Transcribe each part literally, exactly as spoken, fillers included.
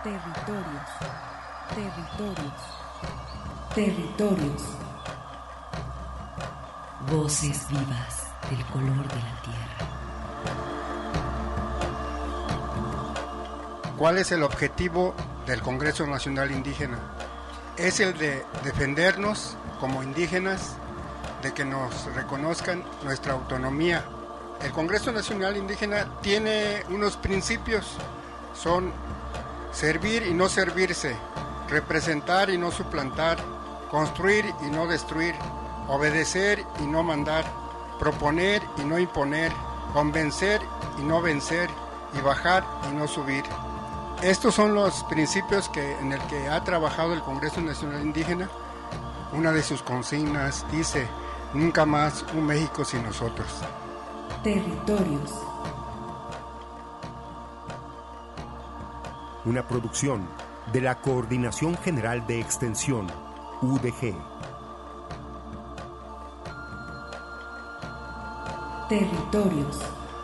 Territorios, territorios, territorios. Voces vivas del color de la tierra. ¿Cuál es el objetivo del Congreso Nacional Indígena? Es el de defendernos como indígenas, de que nos reconozcan nuestra autonomía. El Congreso Nacional Indígena tiene unos principios, son servir y no servirse, representar y no suplantar, construir y no destruir, obedecer y no mandar, proponer y no imponer, convencer y no vencer, y bajar y no subir. Estos son los principios que, en el que ha trabajado el Congreso Nacional Indígena. Una de sus consignas dice: nunca más un México sin nosotros. Territorios. Una producción de la Coordinación General de Extensión, U D G. Territorios.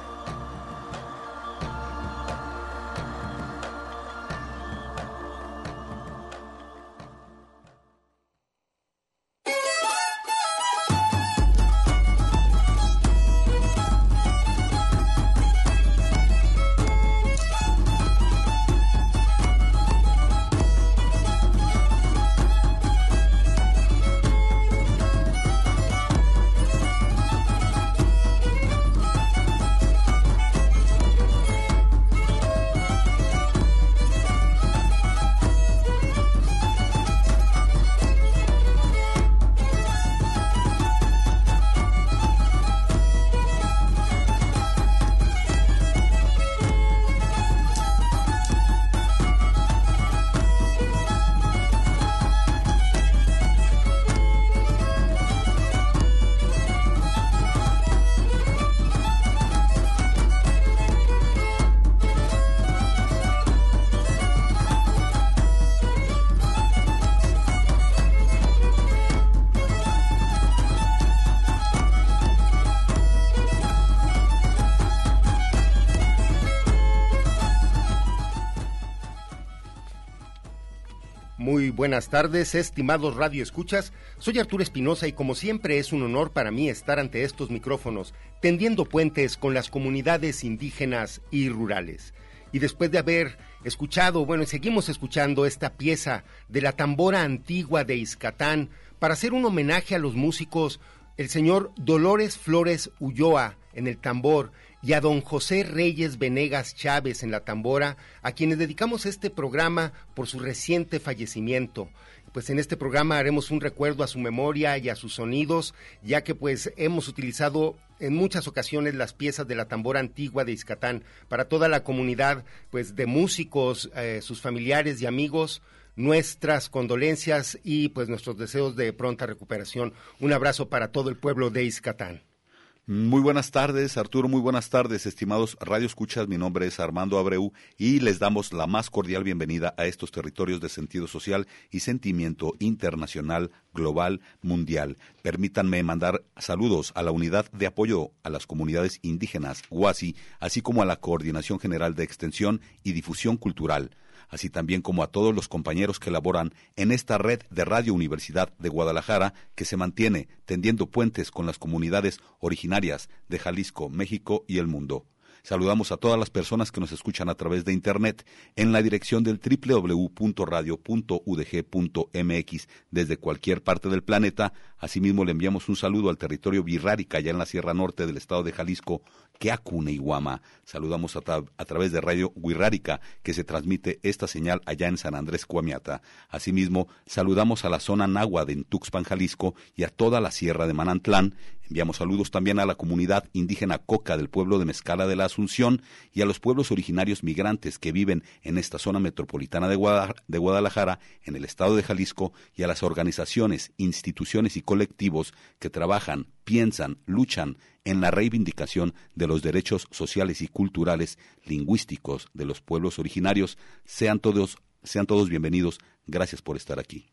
Muy buenas tardes, estimados radioescuchas. Soy Arturo Espinosa y como siempre es un honor para mí estar ante estos micrófonos, tendiendo puentes con las comunidades indígenas y rurales. Y después de haber escuchado, bueno, y seguimos escuchando esta pieza de la tambora antigua de Ixcatán para hacer un homenaje a los músicos, el señor Dolores Flores Ulloa en el tambor y a don José Reyes Venegas Chávez en la tambora, a quienes dedicamos este programa por su reciente fallecimiento. Pues en este programa haremos un recuerdo a su memoria y a sus sonidos, ya que pues hemos utilizado en muchas ocasiones las piezas de la tambora antigua de Ixcatán para toda la comunidad pues de músicos, eh, sus familiares y amigos. Nuestras condolencias y pues nuestros deseos de pronta recuperación. Un abrazo para todo el pueblo de Ixcatán. Muy buenas tardes, Arturo, muy buenas tardes, estimados radioescuchas. Mi nombre es Armando Abreu y les damos la más cordial bienvenida a estos territorios de sentido social y sentimiento internacional, global, mundial. Permítanme mandar saludos a la Unidad de Apoyo a las Comunidades Indígenas, UASI, así como a la Coordinación General de Extensión y Difusión Cultural, así también como a todos los compañeros que laboran en esta red de Radio Universidad de Guadalajara que se mantiene tendiendo puentes con las comunidades originarias de Jalisco, México y el mundo. Saludamos a todas las personas que nos escuchan a través de Internet en la dirección del doble u doble u doble u punto radio punto u d g punto m x desde cualquier parte del planeta. Asimismo, le enviamos un saludo al territorio Virrárica, allá en la Sierra Norte del estado de Jalisco, Queacune y Guama. Saludamos a, tra- a través de Radio Wirrárica, que se transmite esta señal allá en San Andrés Cuamiata. Asimismo, saludamos a la zona náhuatl en Tuxpan, Jalisco, y a toda la Sierra de Manantlán. Enviamos saludos también a la comunidad indígena Coca del pueblo de Mezcala de la Asunción y a los pueblos originarios migrantes que viven en esta zona metropolitana de, Guadalajara, de Guadalajara, en el estado de Jalisco, y a las organizaciones, instituciones y colectivos que trabajan, piensan, luchan en la reivindicación de los derechos sociales y culturales lingüísticos de los pueblos originarios. Sean todos, sean todos bienvenidos. Gracias por estar aquí.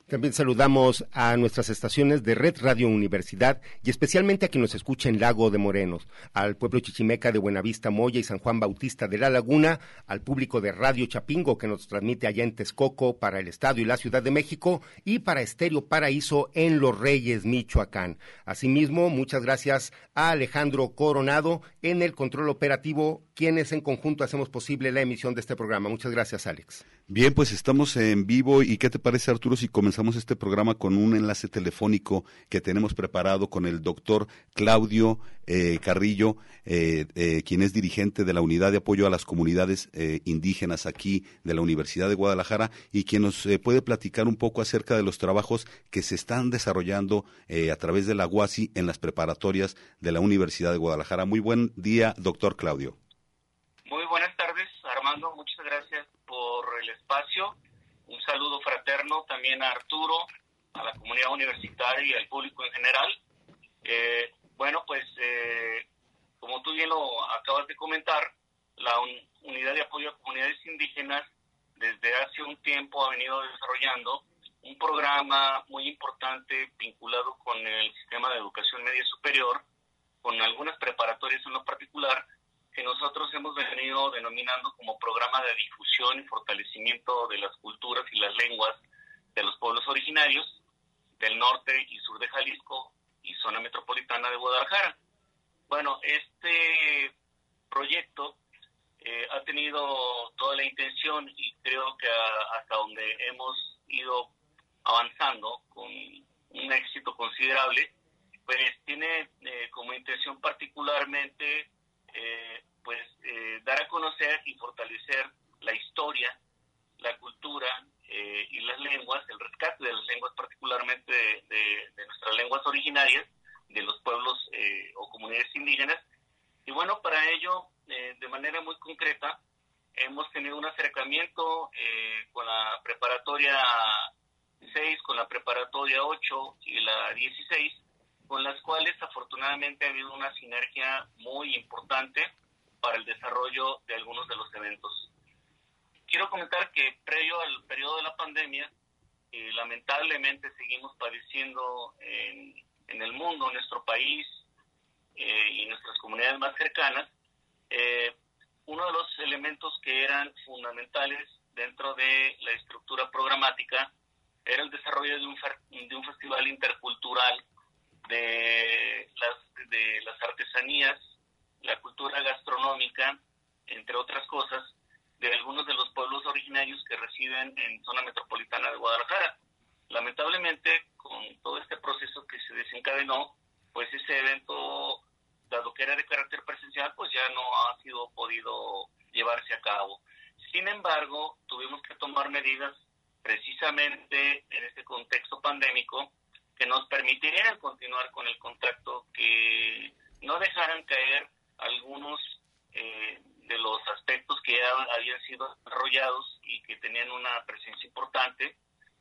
También saludamos a nuestras estaciones de Red Radio Universidad y especialmente a quien nos escucha en Lago de Morenos, al pueblo chichimeca de Buenavista, Moya y San Juan Bautista de la Laguna, al público de Radio Chapingo que nos transmite allá en Texcoco para el Estado y la Ciudad de México y para Estéreo Paraíso en Los Reyes, Michoacán. Asimismo, muchas gracias a Alejandro Coronado en el control operativo, quienes en conjunto hacemos posible la emisión de este programa. Muchas gracias, Alex. Bien, pues estamos en vivo y ¿qué te parece, Arturo, si comenzamos este programa con un enlace telefónico que tenemos preparado con el doctor Claudio eh, Carrillo, eh, eh, quien es dirigente de la Unidad de Apoyo a las Comunidades eh, Indígenas aquí de la Universidad de Guadalajara y quien nos eh, puede platicar un poco acerca de los trabajos que se están desarrollando eh, a través de la U A S I en las preparatorias de la Universidad de Guadalajara. Muy buen día, doctor Claudio. Muy buenas tardes, Armando, muchas gracias por el espacio. Un saludo fraterno también a Arturo, a la comunidad universitaria y al público en general. Eh, bueno, pues, eh, como tú bien lo acabas de comentar, la un, Unidad de Apoyo a Comunidades Indígenas desde hace un tiempo ha venido desarrollando un programa muy importante vinculado con el sistema de educación media superior, con algunas preparatorias en lo particular, que nosotros hemos venido denominando como programa de difusión y fortalecimiento de las culturas y las lenguas de los pueblos originarios del norte y sur de Jalisco y zona metropolitana de Guadalajara. Bueno, este proyecto eh, ha tenido toda la intención y creo que a, hasta donde hemos ido avanzando con un éxito considerable, pues tiene eh, como intención particularmente Eh, pues eh, dar a conocer y fortalecer la historia, la cultura eh, y las lenguas, el rescate de las lenguas, particularmente de, de, de nuestras lenguas originarias, de los pueblos eh, o comunidades indígenas. Y bueno, para ello, eh, de manera muy concreta, hemos tenido un acercamiento eh, con la preparatoria seis, con la preparatoria ocho y la dieciséis, con las cuales afortunadamente ha habido una sinergia muy importante para el desarrollo de algunos de los eventos. Quiero comentar que previo al periodo de la pandemia, eh, lamentablemente seguimos padeciendo en, en el mundo, en nuestro país eh, y nuestras comunidades más cercanas, eh, uno de los elementos que eran fundamentales dentro de la estructura programática era el desarrollo de un, de un festival intercultural de las, de las artesanías, la cultura gastronómica, entre otras cosas, de algunos de los pueblos originarios que residen en zona metropolitana de Guadalajara. Lamentablemente, con todo este proceso que se desencadenó, pues ese evento, dado que era de carácter presencial, pues ya no ha sido podido llevarse a cabo. Sin embargo, tuvimos que tomar medidas precisamente en este contexto pandémico que nos permitieran continuar con el contacto, que no dejaran caer algunos eh, de los aspectos que ya habían sido desarrollados y que tenían una presencia importante.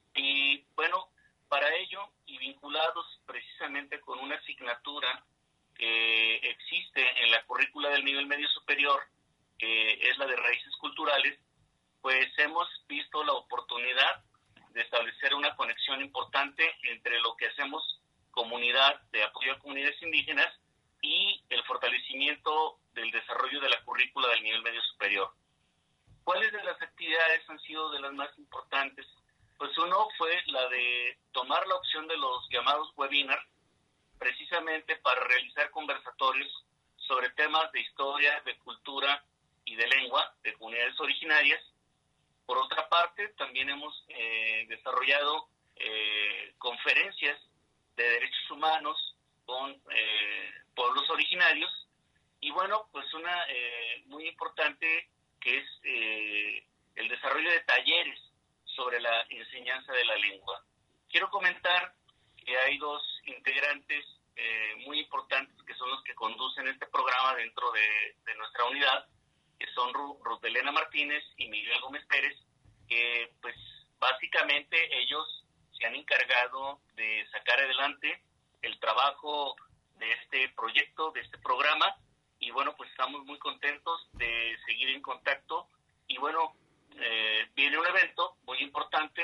Y bueno, para ello, y vinculados precisamente con una asignatura que existe en la currícula del nivel medio superior, que es la de raíces culturales, pues hemos visto la oportunidad de establecer una conexión importante entre lo que hacemos comunidad de apoyo a comunidades indígenas y el fortalecimiento del desarrollo de la currícula del nivel medio superior. ¿Cuáles de las actividades han sido de las más importantes? Pues uno fue la de tomar la opción de los llamados webinars, precisamente para realizar conversatorios sobre temas de historia, de cultura y de lengua de comunidades originarias. Por otra parte, también hemos eh, desarrollado eh, conferencias de derechos humanos con eh, pueblos originarios y bueno, pues una eh, muy importante que es eh, el desarrollo de talleres sobre la enseñanza de la lengua. Quiero comentar que hay dos integrantes eh, muy importantes que son los que conducen este programa dentro de, de nuestra unidad, que son Ruth Elena Martínez y Miguel Gómez Pérez, que pues básicamente ellos se han encargado de sacar adelante el trabajo de este proyecto, de este programa, y bueno, pues estamos muy contentos de seguir en contacto, y bueno, eh, viene un evento muy importante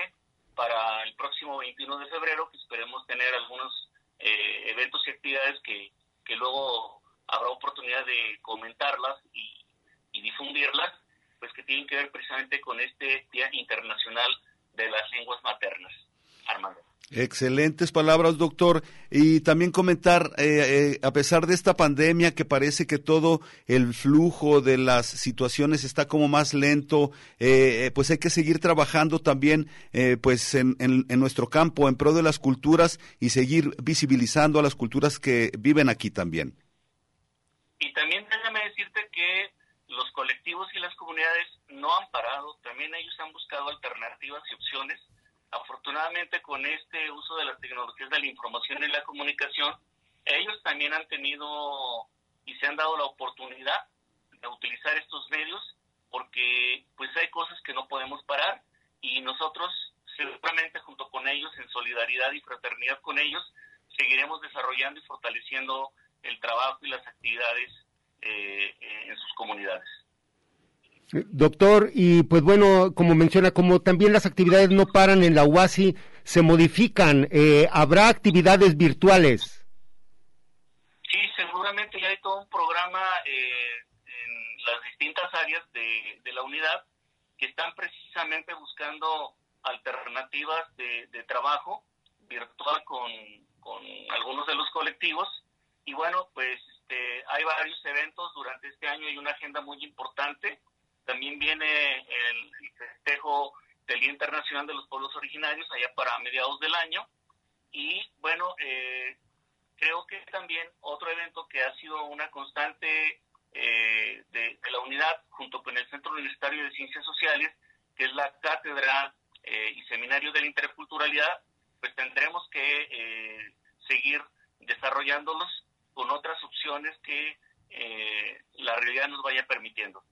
para el próximo veintiuno de febrero, que esperemos tener algunos eh, eventos y actividades que, que luego habrá oportunidad de comentarlas y, y difundirlas, pues que tienen que ver precisamente con este Día Internacional de las Lenguas Maternas. Armando. Excelentes palabras, doctor. Y también comentar, eh, eh, a pesar de esta pandemia que parece que todo el flujo de las situaciones está como más lento, eh, pues hay que seguir trabajando también eh, pues en, en, en nuestro campo, en pro de las culturas y seguir visibilizando a las culturas que viven aquí también. Y también déjame decirte que los colectivos y las comunidades no han parado, también ellos han buscado alternativas y opciones. Afortunadamente, con este uso de las tecnologías de la información y la comunicación, ellos también han tenido y se han dado la oportunidad de utilizar estos medios, porque pues hay cosas que no podemos parar y nosotros seguramente junto con ellos, en solidaridad y fraternidad con ellos, seguiremos desarrollando y fortaleciendo el trabajo y las actividades eh, en sus comunidades. Doctor, y pues bueno, como menciona, como también las actividades no paran en la U A S I, se modifican, eh, ¿habrá actividades virtuales? Sí, seguramente ya hay todo un programa eh, en las distintas áreas de, de la unidad que están precisamente buscando alternativas de, de trabajo virtual con, con algunos de los colectivos. Y bueno, pues este, hay varios eventos durante este año, hay una agenda muy importante. También viene el festejo del Día Internacional de los Pueblos Originarios allá para mediados del año. Y bueno, eh, creo que también otro evento que ha sido una constante eh, de, de la unidad junto con el Centro Universitario de Ciencias Sociales, que es la Cátedra eh, y Seminario de la Interculturalidad, pues tendremos que eh, seguir desarrollándolos con otras opciones que eh, la realidad nos vaya permitiendo.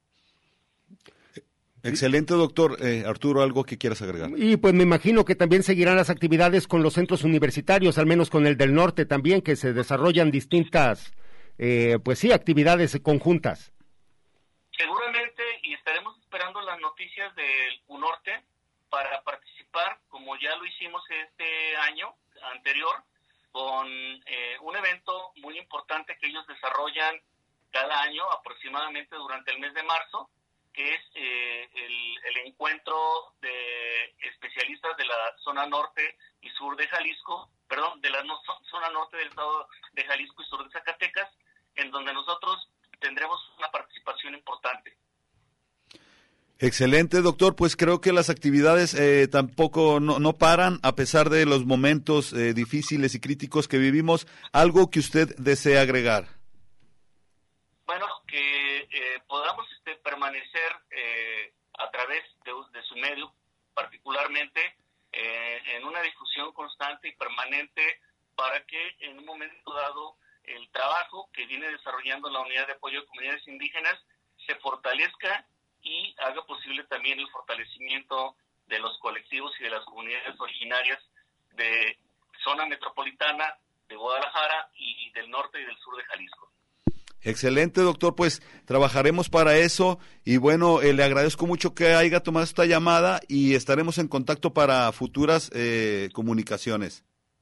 Excelente, doctor. Eh, Arturo, ¿algo que quieras agregar? Y pues me imagino que también seguirán las actividades con los centros universitarios, al menos con el del norte también, que se desarrollan distintas, eh, pues sí, actividades conjuntas. Seguramente, y estaremos esperando las noticias del U Norte para participar, como ya lo hicimos este año anterior, con eh, un evento muy importante que ellos desarrollan cada año, aproximadamente durante el mes de marzo, que es eh, el, el encuentro de especialistas de la zona norte y sur de Jalisco, perdón, de la no, zona norte del estado de Jalisco y sur de Zacatecas, en donde nosotros tendremos una participación importante. Excelente, doctor. Pues creo que las actividades eh, tampoco no, no paran, a pesar de los momentos eh, difíciles y críticos que vivimos. ¿Algo que usted desea agregar? Bueno, que eh, podamos este, permanecer eh, a través de, de su medio, particularmente eh, en una difusión constante y permanente para que en un momento dado el trabajo que viene desarrollando la Unidad de Apoyo a Comunidades Indígenas se fortalezca y haga posible también el fortalecimiento de los colectivos y de las comunidades originarias de zona metropolitana, de Guadalajara y del norte y del sur de Jalisco. Excelente, doctor, pues trabajaremos para eso y bueno, eh, le agradezco mucho que haya tomado esta llamada y estaremos en contacto para futuras eh, comunicaciones.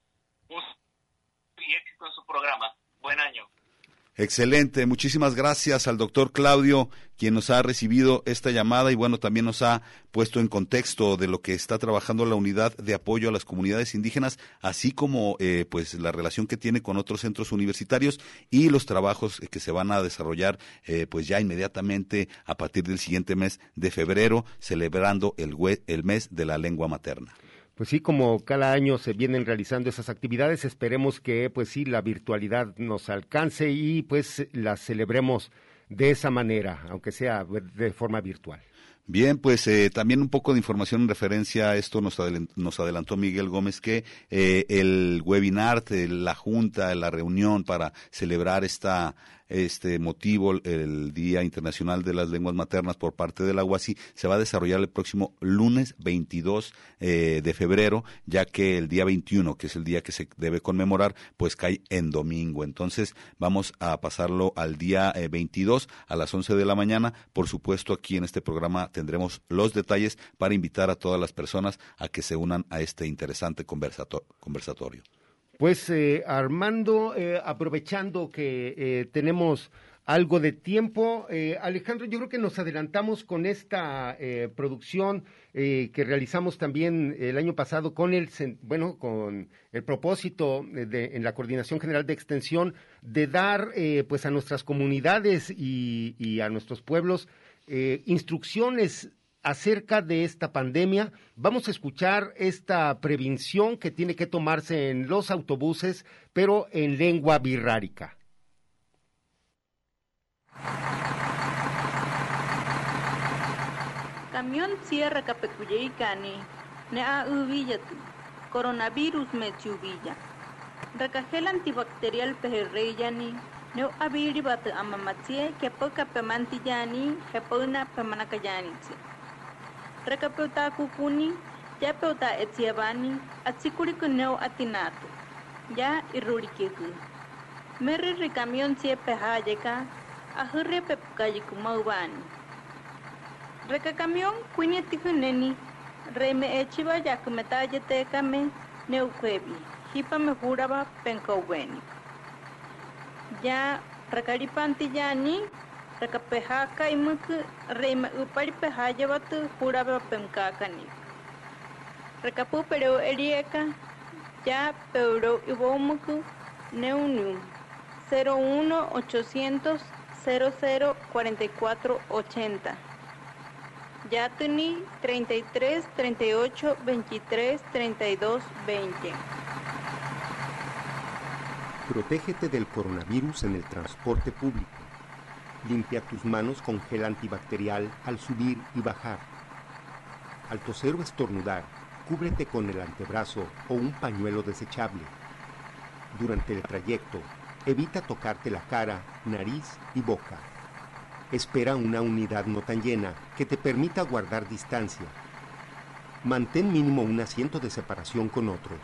Y éxito en su programa. Buen año. Excelente, muchísimas gracias al doctor Claudio, quien nos ha recibido esta llamada y bueno, también nos ha puesto en contexto de lo que está trabajando la Unidad de Apoyo a las Comunidades Indígenas, así como eh, pues la relación que tiene con otros centros universitarios y los trabajos que se van a desarrollar eh, pues ya inmediatamente a partir del siguiente mes de febrero, celebrando el, el mes de la lengua materna. Pues sí, como cada año se vienen realizando esas actividades, esperemos que pues sí la virtualidad nos alcance y pues las celebremos de esa manera, aunque sea de forma virtual. Bien, pues eh, también un poco de información en referencia a esto nos adelantó, nos adelantó Miguel Gómez que eh, el webinar, la junta, la reunión para celebrar esta este motivo, el Día Internacional de las Lenguas Maternas por parte de la U A S I, se va a desarrollar el próximo lunes veintidós eh, de febrero, ya que el día veintiuno, que es el día que se debe conmemorar, pues cae en domingo. Entonces vamos a pasarlo al día eh, veintidós a las once de la mañana. Por supuesto, aquí en este programa tendremos los detalles para invitar a todas las personas a que se unan a este interesante conversato- conversatorio. Pues eh, Armando, eh, aprovechando que eh, tenemos algo de tiempo, eh, Alejandro, yo creo que nos adelantamos con esta eh, producción eh, que realizamos también el año pasado con el, bueno, con el propósito de, en la Coordinación General de Extensión de dar, eh, pues, a nuestras comunidades y, y a nuestros pueblos eh, instrucciones acerca de esta pandemia. Vamos a escuchar esta prevención que tiene que tomarse en los autobuses, pero en lengua birrárica. Camión cierra capecuyeycani, ne a uvillatu, coronavirus mechiuvilla. Recagel antibacterial pejerreyani, ne abiribat amamatsie que poca pemantillani, jepona pemanacayanici. Recapeuta cucuni, ya peuta etziabani, atzicurico neo atinato, ya irruriquecu. Merri ricamión cie pejayeca, ajurre pepcayicumaubani. Recacamión cuinietijuneni, reme echiva yacumetayetecame, neuquebi, hipa me juraba pencauweni. Ya recaripantillani, recapejaca y muc reme upari pejayabatu juraba pencacani. Recapu pero erieca, ya pero ibomucu neunium cero uno ochocientos cero cero cuarenta y cuatro ochenta. Yatuni treinta y tres, treinta y ocho, veintitrés, treinta y dos, veinte. Protégete del coronavirus en el transporte público. Limpia tus manos con gel antibacterial al subir y bajar. Al toser o estornudar, cúbrete con el antebrazo o un pañuelo desechable. Durante el trayecto, evita tocarte la cara, nariz y boca. Espera una unidad no tan llena que te permita guardar distancia. Mantén mínimo un asiento de separación con otros.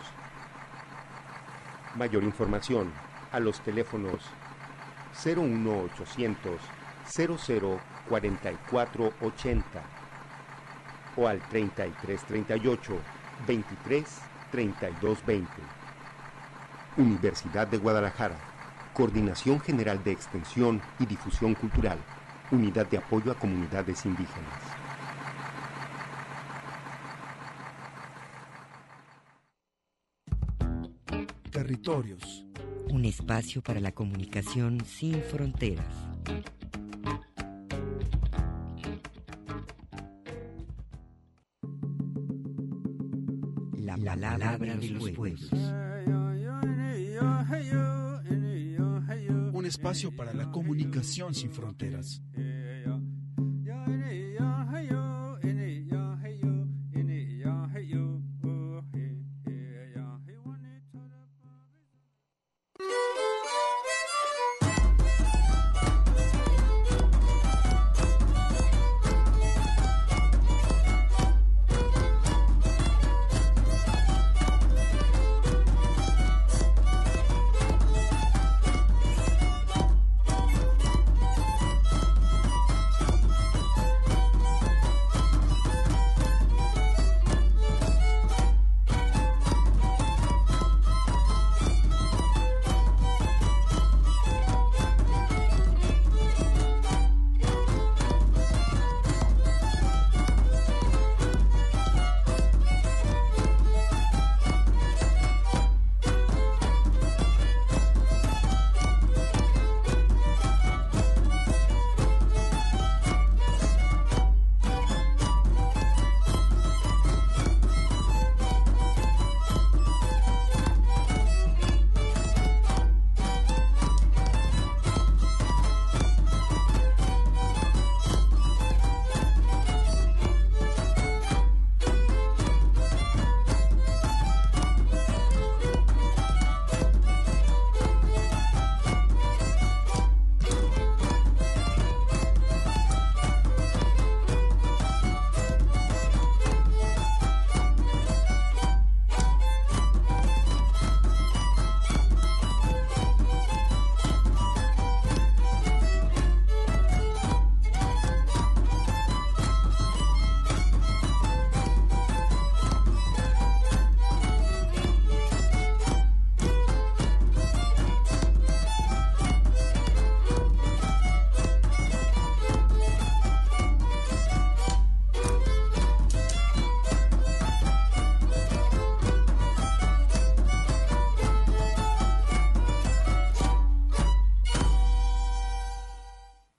Mayor información a los teléfonos cero uno ochocientos cero cero cuarenta y cuatro ochenta o al treinta y tres treinta y ocho veintitrés treinta y dos veinte. Universidad de Guadalajara. Coordinación General de Extensión y Difusión Cultural. Unidad de Apoyo a Comunidades Indígenas. Territorios. Un espacio para la comunicación sin fronteras. La, la palabra de los pueblos. Un espacio para la comunicación sin fronteras.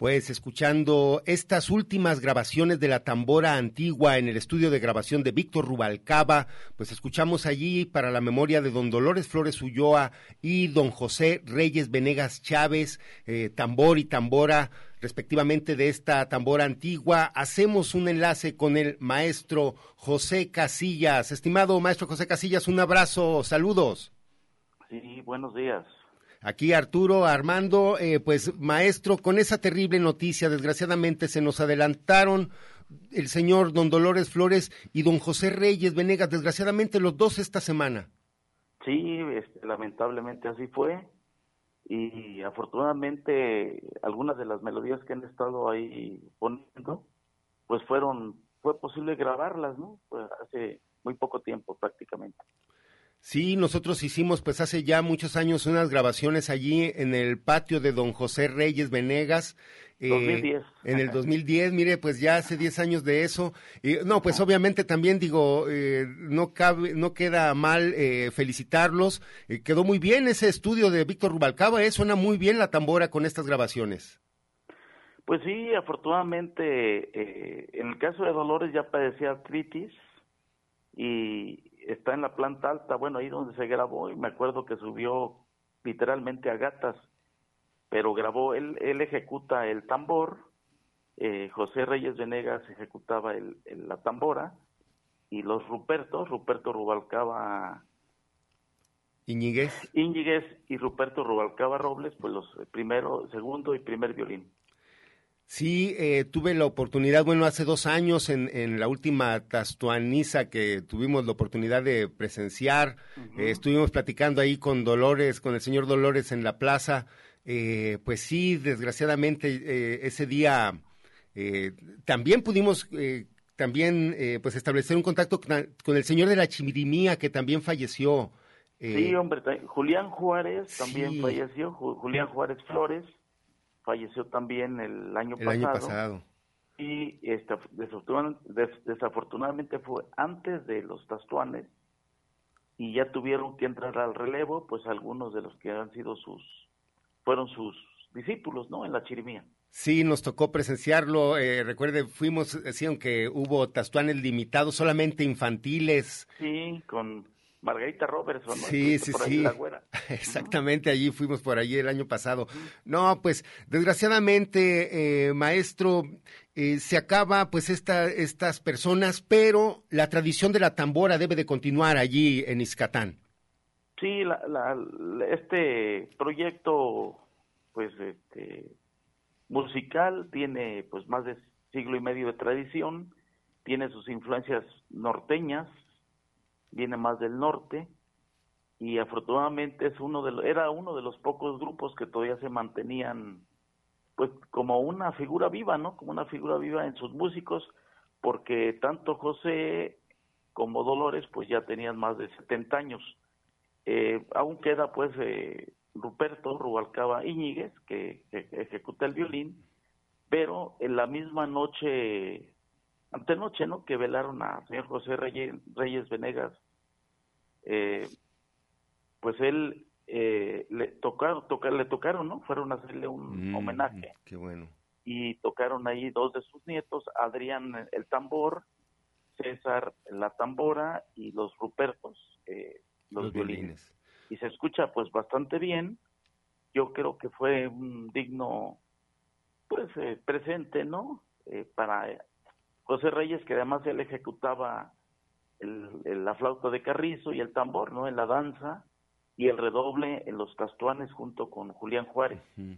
Pues escuchando estas últimas grabaciones de la tambora antigua en el estudio de grabación de Víctor Rubalcaba, pues escuchamos allí para la memoria de don Dolores Flores Ulloa y don José Reyes Venegas Chávez, eh, tambor y tambora respectivamente de esta tambora antigua. Hacemos un enlace con el maestro José Casillas. Estimado maestro José Casillas, un abrazo, saludos. Sí, buenos días. Aquí Arturo, Armando, eh, pues maestro, con esa terrible noticia, desgraciadamente se nos adelantaron el señor don Dolores Flores y don José Reyes Venegas, desgraciadamente los dos esta semana. Sí, este, lamentablemente así fue, y afortunadamente algunas de las melodías que han estado ahí poniendo, pues fueron, fue posible grabarlas, ¿no? Pues hace muy poco tiempo prácticamente. Sí, nosotros hicimos pues hace ya muchos años unas grabaciones allí en el patio de don José Reyes Venegas. Eh, dos mil diez. En el dos mil diez, mire, pues ya hace diez años de eso. Y, no, pues obviamente también digo, eh, no cabe, no queda mal eh, felicitarlos. Eh, quedó muy bien ese estudio de Víctor Rubalcaba, eh, suena muy bien la tambora con estas grabaciones. Pues sí, afortunadamente, eh, en el caso de Dolores ya padecía artritis y está en la planta alta, bueno, ahí donde se grabó, y me acuerdo que subió literalmente a gatas, pero grabó, él, él ejecuta el tambor, eh, José Reyes Venegas ejecutaba el, el, la tambora, y los Rupertos, Ruperto Rubalcaba Íñiguez. Íñiguez y Ruperto Rubalcaba Robles, pues los primero, segundo y primer violín. Sí, eh, tuve la oportunidad, bueno, hace dos años en, en la última Tastuaniza que tuvimos la oportunidad de presenciar, uh-huh. eh, estuvimos platicando ahí con Dolores, con el señor Dolores en la plaza, eh, pues sí, desgraciadamente eh, ese día eh, también pudimos eh, también eh, pues establecer un contacto con, con el señor de la Chirimía que también falleció. Eh, sí, hombre, Julián Juárez también sí. falleció, Julián Juárez Flores. Falleció también el año el pasado. año pasado. Y esta, desafortunadamente, desafortunadamente fue antes de los Tastuanes y ya tuvieron que entrar al relevo, pues algunos de los que han sido sus, fueron sus discípulos, ¿no? En la Chirimía. Sí, nos tocó presenciarlo. Eh, recuerde, fuimos, sí, aunque hubo Tastuanes limitados, solamente infantiles. Sí, con Margarita Robertson, ¿no? Sí, sí, por sí. La Güera. Exactamente, allí fuimos por allí el año pasado. No, pues, desgraciadamente, eh, maestro, eh, se acaba, pues, esta, estas personas, pero la tradición de la tambora debe de continuar allí en Ixcatán. Sí, la, la, este proyecto, pues, este, musical tiene, pues, más de siglo y medio de tradición, tiene sus influencias norteñas, viene más del norte y afortunadamente es uno de los, era uno de los pocos grupos que todavía se mantenían pues como una figura viva, ¿no? Como una figura viva en sus músicos, porque tanto José como Dolores pues ya tenían más de setenta años. Eh, aún queda pues eh, Ruperto Rubalcaba Íñiguez que, que ejecuta el violín, pero en la misma noche antenoche, ¿no? Que velaron a señor José Reyes, Reyes Venegas, eh, pues él eh, le tocaron, toca, le tocaron, ¿no? Fueron a hacerle un mm, homenaje. Qué bueno. Y tocaron ahí dos de sus nietos, Adrián el tambor, César la tambora y los Rupertos, eh, los, los violines. violines. Y se escucha pues bastante bien. Yo creo que fue un digno pues eh, presente, ¿no? Eh, para José Reyes, que además él ejecutaba el, el, la flauta de carrizo y el tambor, ¿no? En la danza, y el redoble en los Tastuanes junto con Julián Juárez.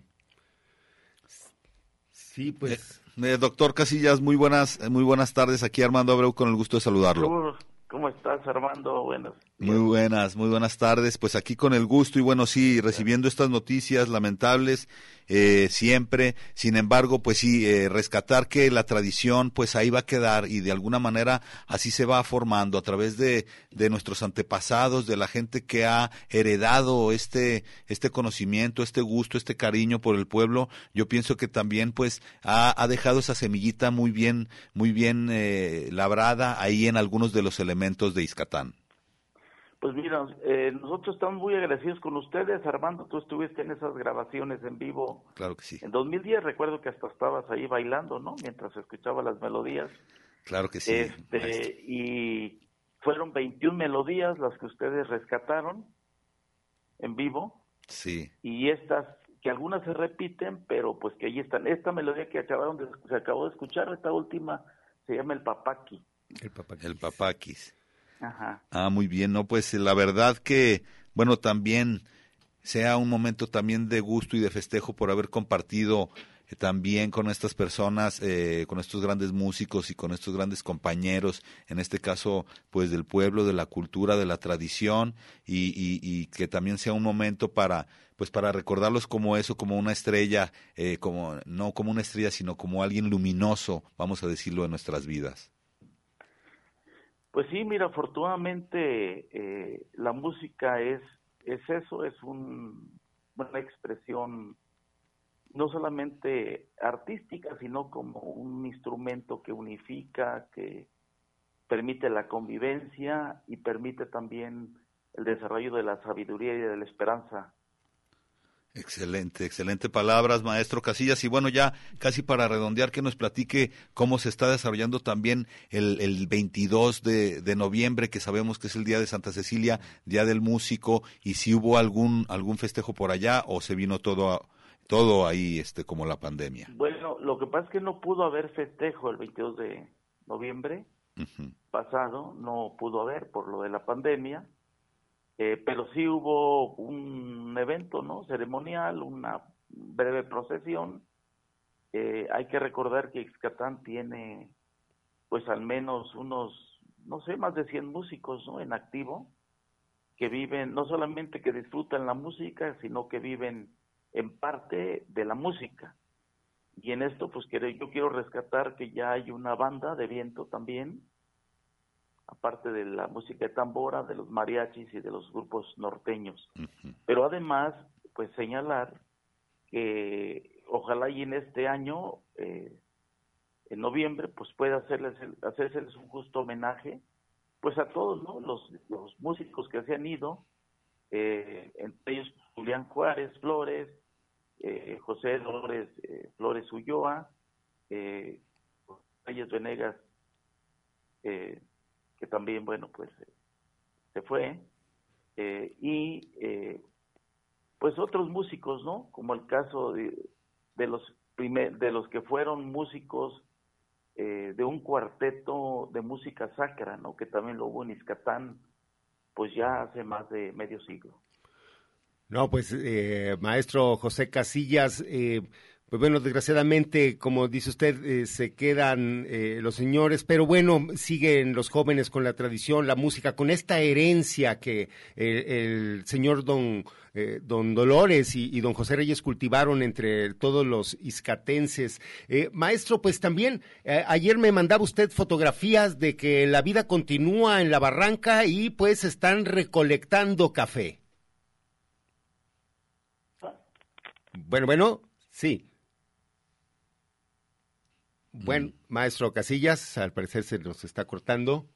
Sí, pues... Eh, eh, doctor Casillas, muy buenas, muy buenas tardes. Aquí Armando Abreu, con el gusto de saludarlo. ¿Cómo, cómo estás, Armando? Buenas. Muy buenas, muy buenas tardes. Pues aquí con el gusto y bueno, sí, recibiendo estas noticias lamentables eh, siempre. Sin embargo, pues sí, eh, rescatar que la tradición pues ahí va a quedar y de alguna manera así se va formando a través de, de nuestros antepasados, de la gente que ha heredado este, este conocimiento, este gusto, este cariño por el pueblo. Yo pienso que también pues ha, ha dejado esa semillita muy bien, muy bien eh, labrada ahí en algunos de los elementos de Ixcatán. Pues mira, eh, nosotros estamos muy agradecidos con ustedes. Armando, tú estuviste en esas grabaciones en vivo. Claro que sí. En dos mil diez, recuerdo que hasta estabas ahí bailando, ¿no? Mientras escuchaba las melodías. Claro que sí. Este, y fueron veintiuna melodías las que ustedes rescataron en vivo. Sí. Y estas, que algunas se repiten, pero pues que ahí están. Esta melodía que acabaron de, se acabó de escuchar, esta última, se llama El Papaqui. El Papaqui. El Papaquis. Ajá. Ah, muy bien, no, pues la verdad que, bueno, también sea un momento también de gusto y de festejo por haber compartido eh, también con estas personas, eh, con estos grandes músicos y con estos grandes compañeros, en este caso, pues del pueblo, de la cultura, de la tradición, y, y, y que también sea un momento para, pues para recordarlos como eso, como una estrella, eh, como no como una estrella, sino como alguien luminoso, vamos a decirlo, en nuestras vidas. Pues sí, mira, afortunadamente eh, la música es es eso, es un, una expresión no solamente artística, sino como un instrumento que unifica, que permite la convivencia y permite también el desarrollo de la sabiduría y de la esperanza. Excelente, excelente palabras, maestro Casillas. Y bueno, ya casi para redondear, que nos platique cómo se está desarrollando también el, el veintidós de, de noviembre, que sabemos que es el Día de Santa Cecilia, Día del Músico, y si hubo algún algún festejo por allá o se vino todo a, todo ahí este como la pandemia. Bueno, lo que pasa es que no pudo haber festejo el veintidós de noviembre uh-huh. pasado, no pudo haber por lo de la pandemia. Eh, pero sí hubo un evento, ¿no? Ceremonial, una breve procesión. Eh, hay que recordar que Ixcatán tiene, pues al menos unos, no sé, más de cien músicos, ¿no? En activo, que viven, no solamente que disfrutan la música, sino que viven en parte de la música. Y en esto, pues yo quiero rescatar que ya hay una banda de viento también, aparte de la música de tambora, de los mariachis y de los grupos norteños. Uh-huh. Pero además, pues señalar que ojalá y en este año, eh, en noviembre, pues pueda hacerles, hacérseles un justo homenaje, pues a todos, ¿no? Los, los músicos que se han ido, eh, entre ellos Julián Juárez Flores, eh, José Dolores eh, Flores Ulloa, eh, Reyes Venegas, eh, que también, bueno, pues eh, se fue, eh, y eh, pues otros músicos, ¿no? Como el caso de, de los primer, de los que fueron músicos eh, de un cuarteto de música sacra, ¿no? Que también lo hubo en Ixcatán, pues ya hace más de medio siglo. No, pues, eh, maestro José Casillas, eh, pues bueno, desgraciadamente, como dice usted, eh, se quedan eh, los señores, pero bueno, siguen los jóvenes con la tradición, la música, con esta herencia que eh, el señor don, eh, don Dolores y, y don José Reyes cultivaron entre todos los ixcatenses. Eh, maestro, pues también, eh, ayer me mandaba usted fotografías de que la vida continúa en la barranca y pues están recolectando café. Bueno, bueno, sí. Bueno, mm. maestro Casillas, al parecer se nos está cortando.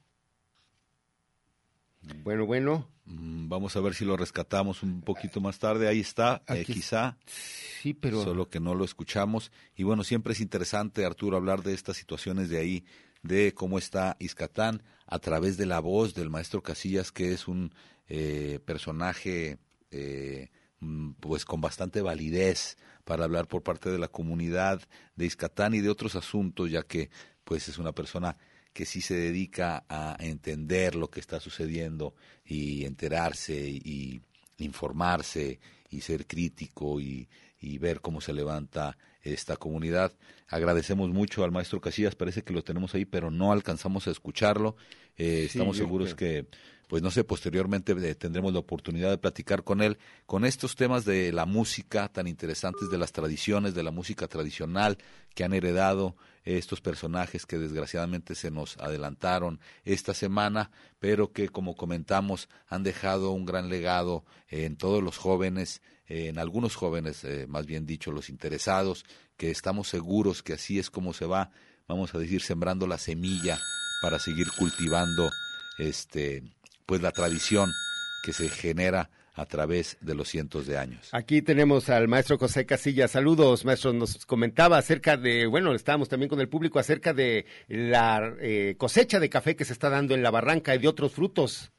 Bueno, bueno. Mm, vamos a ver si lo rescatamos un poquito más tarde. Ahí está, eh, quizá. Sí, pero... Solo que no lo escuchamos. Y bueno, siempre es interesante, Arturo, hablar de estas situaciones de ahí, de cómo está Ixcatán, a través de la voz del maestro Casillas, que es un eh, personaje... Eh, pues con bastante validez para hablar por parte de la comunidad de Ixcatán y de otros asuntos, ya que pues es una persona que sí se dedica a entender lo que está sucediendo y enterarse y informarse y ser crítico y, y ver cómo se levanta esta comunidad. Agradecemos mucho al maestro Casillas, parece que lo tenemos ahí, pero no alcanzamos a escucharlo. Eh, sí, estamos seguros creo. que, pues no sé, posteriormente eh, tendremos la oportunidad de platicar con él, con estos temas de la música tan interesantes, de las tradiciones, de la música tradicional que han heredado eh, estos personajes que desgraciadamente se nos adelantaron esta semana, pero que, como comentamos, han dejado un gran legado eh, en todos los jóvenes, eh, en algunos jóvenes, eh, más bien dicho, los interesados, que estamos seguros que así es como se va, vamos a decir, sembrando la semilla para seguir cultivando este pues la tradición que se genera a través de los cientos de años. Aquí tenemos al maestro José Casillas. Saludos, maestro. Nos comentaba acerca de, bueno, estábamos también con el público acerca de la eh, cosecha de café que se está dando en la barranca y de otros frutos.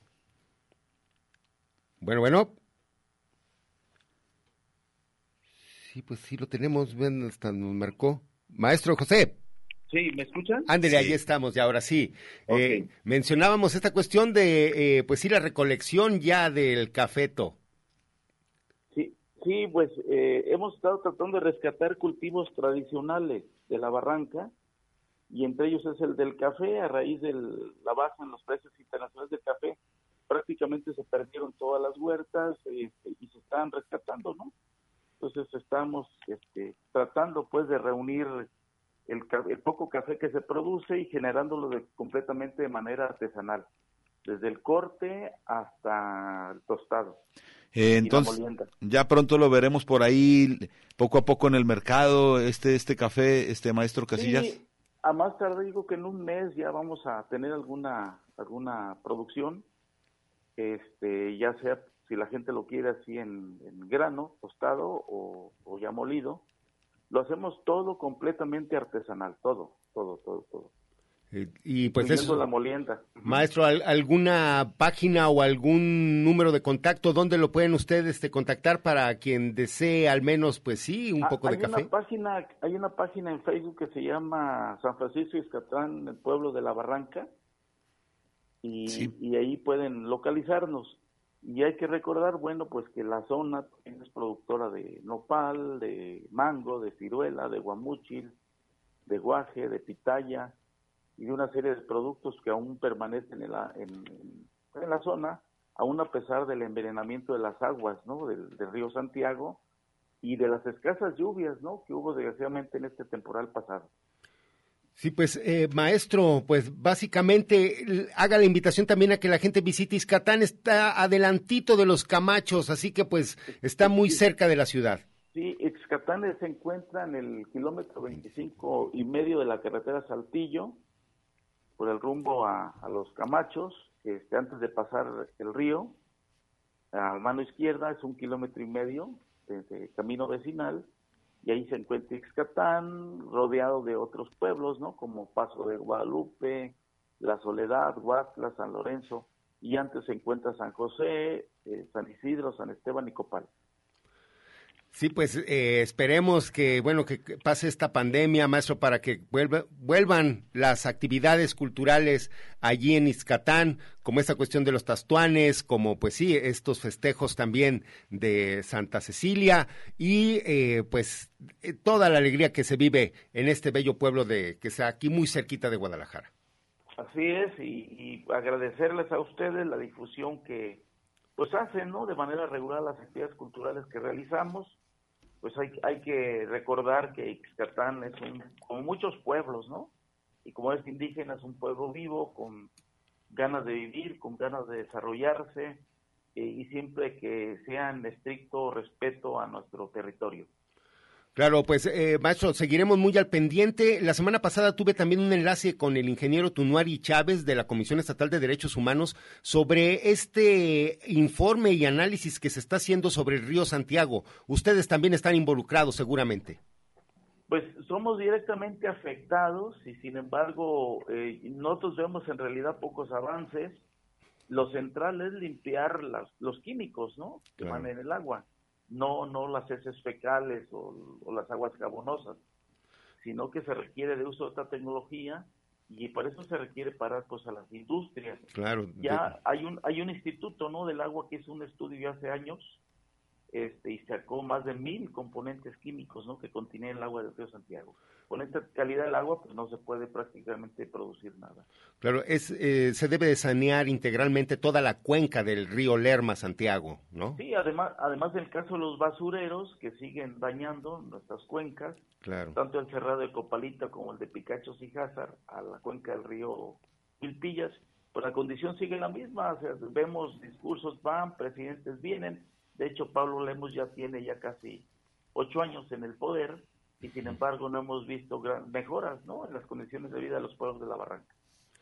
Bueno, bueno. Sí, pues sí lo tenemos, ven, hasta nos marcó. Maestro José. Sí, ¿me escuchan? Ándele, Sí. ahí estamos, ya ahora sí. Ok. Eh, mencionábamos esta cuestión de, eh, pues sí, la recolección ya del cafeto. Sí, sí, pues eh, hemos estado tratando de rescatar cultivos tradicionales de la barranca, y entre ellos es el del café. A raíz de la baja en los precios internacionales del café, prácticamente se perdieron todas las huertas este, y se están rescatando, ¿no? Entonces estamos este, tratando pues de reunir el, el poco café que se produce y generándolo de, completamente de manera artesanal, desde el corte hasta el tostado. Eh, entonces, y la molienda. ya pronto lo veremos por ahí, poco a poco en el mercado, este este café, este maestro Casillas. Sí, a más tarde digo que en un mes ya vamos a tener alguna alguna producción, este ya sea si la gente lo quiere así en, en grano, tostado o, o ya molido. Lo hacemos todo completamente artesanal, todo, todo, todo, todo. Eh, y pues Incluyendo eso, la molienda. maestro, ¿al- ¿alguna página o algún número de contacto donde lo pueden ustedes este, contactar para quien desee al menos, pues sí, un Ah, poco de hay café? Una página, hay una página en Facebook que se llama San Francisco Ixcatlán, el pueblo de la Barranca, y, Sí. y ahí pueden localizarnos. Y hay que recordar, bueno, pues que la zona es productora de nopal, de mango, de ciruela, de guamúchil, de guaje, de pitaya, y de una serie de productos que aún permanecen en la, en, en, en la zona, aún a pesar del envenenamiento de las aguas, ¿no?, del, del río Santiago, y de las escasas lluvias, ¿no?, que hubo desgraciadamente en este temporal pasado. Sí, pues, eh, maestro, pues básicamente l- haga la invitación también a que la gente visite Ixcatán. Está adelantito de los Camachos, así que pues está muy cerca de la ciudad. Sí, Ixcatán se encuentra en el kilómetro veinticinco y medio de la carretera Saltillo, por el rumbo a, a los Camachos, este, antes de pasar el río, a mano izquierda es un kilómetro y medio de, de camino vecinal, y ahí se encuentra Ixcatán, rodeado de otros pueblos, ¿no?, como Paso de Guadalupe, La Soledad, Huastla, San Lorenzo, y antes se encuentra San José, eh, San Isidro, San Esteban y Copal. Sí, pues eh, esperemos que, bueno, que que pase esta pandemia, maestro, para que vuelva, vuelvan las actividades culturales allí en Ixcatán, como esta cuestión de los tastuanes, como pues sí, estos festejos también de Santa Cecilia y eh, pues eh, toda la alegría que se vive en este bello pueblo de que está aquí muy cerquita de Guadalajara. Así es, y, y agradecerles a ustedes la difusión que pues hacen, ¿no?, de manera regular las actividades culturales que realizamos. Pues hay, hay que recordar que Ixcatán es un, como muchos pueblos, ¿no?, y como es indígena, es un pueblo vivo, con ganas de vivir, con ganas de desarrollarse, eh, y siempre que sea en estricto respeto a nuestro territorio. Claro, pues eh, maestro, seguiremos muy al pendiente. La semana pasada tuve también un enlace con el ingeniero Tunuari Chávez de la Comisión Estatal de Derechos Humanos sobre este informe y análisis que se está haciendo sobre el río Santiago. Ustedes también están involucrados seguramente. Pues somos directamente afectados y sin embargo eh, nosotros vemos en realidad pocos avances. Lo central es limpiar las, los químicos, ¿no?, que Claro. van en el agua. No, no las heces fecales o, o las aguas jabonosas, sino que se requiere de uso de esta tecnología y para eso se requiere parar pues a las industrias. Claro. Ya hay un hay un instituto, ¿no?, del agua que hizo un estudio ya hace años, este y sacó más de mil componentes químicos, ¿no?, que contiene el agua del río Santiago. Con esta calidad del agua pues no se puede prácticamente producir nada. Claro, es eh, se debe de sanear integralmente toda la cuenca del río Lerma Santiago, ¿no? Sí, además además del caso de los basureros que siguen dañando nuestras cuencas, Claro. tanto el cerrado de Copalita como el de Picachos y Jázar, a la cuenca del río Pilpillas, pues la condición sigue la misma. O sea, vemos discursos van, presidentes vienen. De hecho, Pablo Lemos ya tiene ya casi ocho años en el poder y sin embargo no hemos visto gran mejoras, ¿no?, en las condiciones de vida de los pueblos de la Barranca.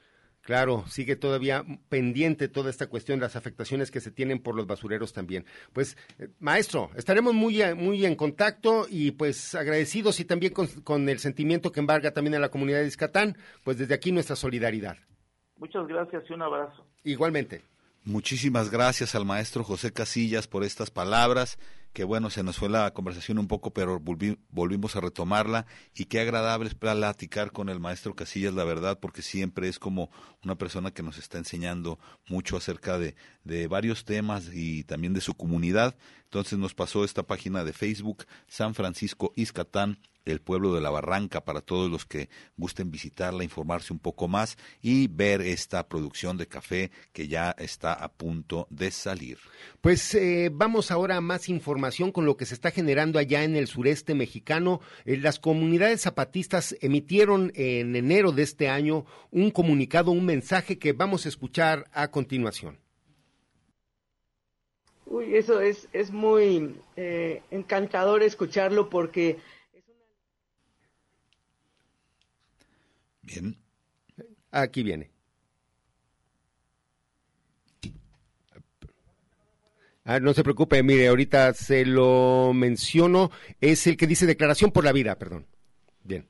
Claro, sigue todavía pendiente toda esta cuestión, las afectaciones que se tienen por los basureros también. Pues, eh, maestro, estaremos muy, muy en contacto y pues agradecidos y también con, con el sentimiento que embarga también a la comunidad de Ixcatán, pues desde aquí nuestra solidaridad. Muchas gracias y un abrazo. Igualmente. Muchísimas gracias al maestro José Casillas por estas palabras, que bueno, se nos fue la conversación un poco, pero volví, volvimos a retomarla, y qué agradable es platicar con el maestro Casillas, la verdad, porque siempre es como una persona que nos está enseñando mucho acerca de, de varios temas y también de su comunidad. Entonces nos pasó esta página de Facebook, San Francisco Ixcatán, el pueblo de la Barranca, para todos los que gusten visitarla, informarse un poco más y ver esta producción de café que ya está a punto de salir. Pues eh, vamos ahora a más información con lo que se está generando allá en el sureste mexicano. Eh, las comunidades zapatistas emitieron en enero de este año un comunicado, un mensaje que vamos a escuchar a continuación. Uy, eso es, es muy eh, encantador escucharlo porque... Bien. Aquí viene. Ah, no se preocupe, mire, ahorita se lo menciono. Es el que dice Declaración por la Vida, perdón. Bien.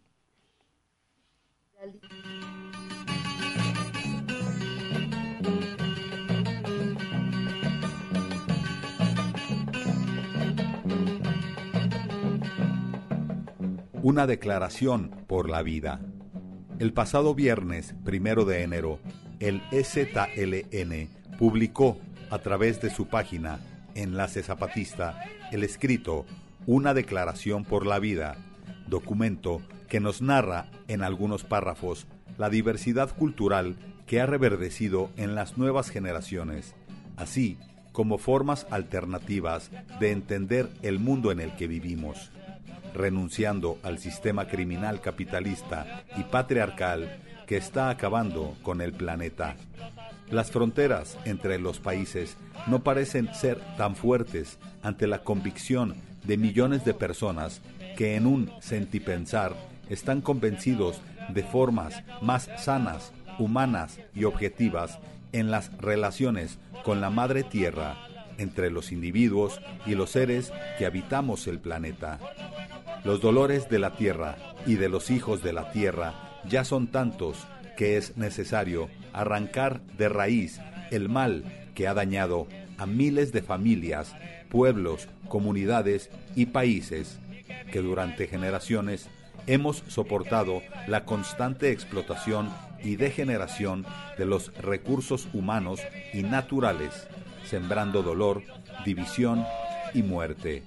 Una declaración por la vida. El pasado viernes, primero de enero, el E Z L N publicó a través de su página Enlace Zapatista el escrito Una declaración por la vida, documento que nos narra en algunos párrafos la diversidad cultural que ha reverdecido en las nuevas generaciones, así como formas alternativas de entender el mundo en el que vivimos, renunciando al sistema criminal capitalista y patriarcal que está acabando con el planeta. Las fronteras entre los países no parecen ser tan fuertes ante la convicción de millones de personas que en un sentipensar están convencidos de formas más sanas, humanas y objetivas en las relaciones con la madre tierra, entre los individuos y los seres que habitamos el planeta. Los dolores de la tierra y de los hijos de la tierra ya son tantos que es necesario arrancar de raíz el mal que ha dañado a miles de familias, pueblos, comunidades y países que durante generaciones hemos soportado la constante explotación y degeneración de los recursos humanos y naturales, sembrando dolor, división y muerte.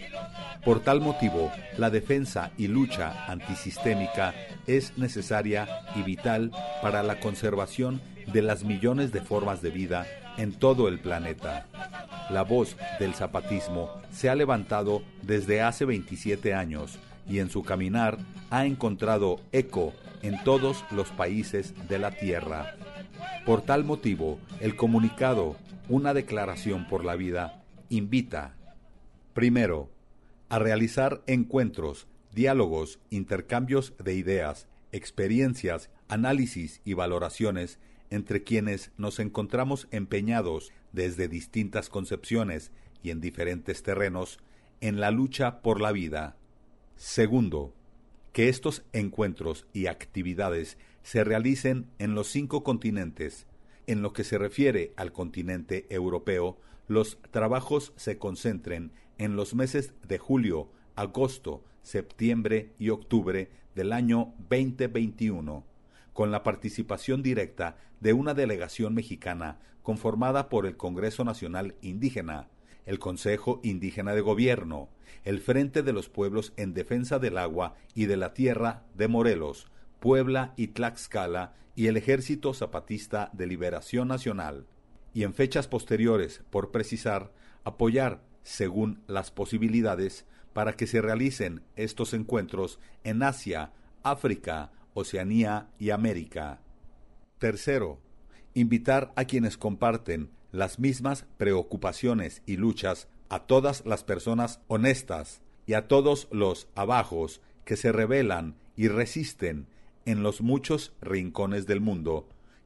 Por tal motivo, la defensa y lucha antisistémica es necesaria y vital para la conservación de las millones de formas de vida en todo el planeta. La voz del zapatismo se ha levantado desde hace veintisiete años y en su caminar ha encontrado eco en todos los países de la tierra. Por tal motivo, el comunicado Una declaración por la vida invita, primero, a realizar encuentros, diálogos, intercambios de ideas, experiencias, análisis y valoraciones entre quienes nos encontramos empeñados desde distintas concepciones y en diferentes terrenos en la lucha por la vida. Segundo, que estos encuentros y actividades se realicen en los cinco continentes. En lo que se refiere al continente europeo, los trabajos se concentren en los meses de julio, agosto, septiembre y octubre del año veinte veintiuno, con la participación directa de una delegación mexicana conformada por el Congreso Nacional Indígena, el Consejo Indígena de Gobierno, el Frente de los Pueblos en Defensa del Agua y de la Tierra de Morelos, Puebla y Tlaxcala y el Ejército Zapatista de Liberación Nacional, y en fechas posteriores, por precisar, apoyar según las posibilidades para que se realicen estos encuentros en Asia, África, Oceanía y América. Tercero, invitar a quienes comparten las mismas preocupaciones y luchas, a todas las personas honestas y a todos los abajos que se rebelan y resisten en los muchos rincones del mundo,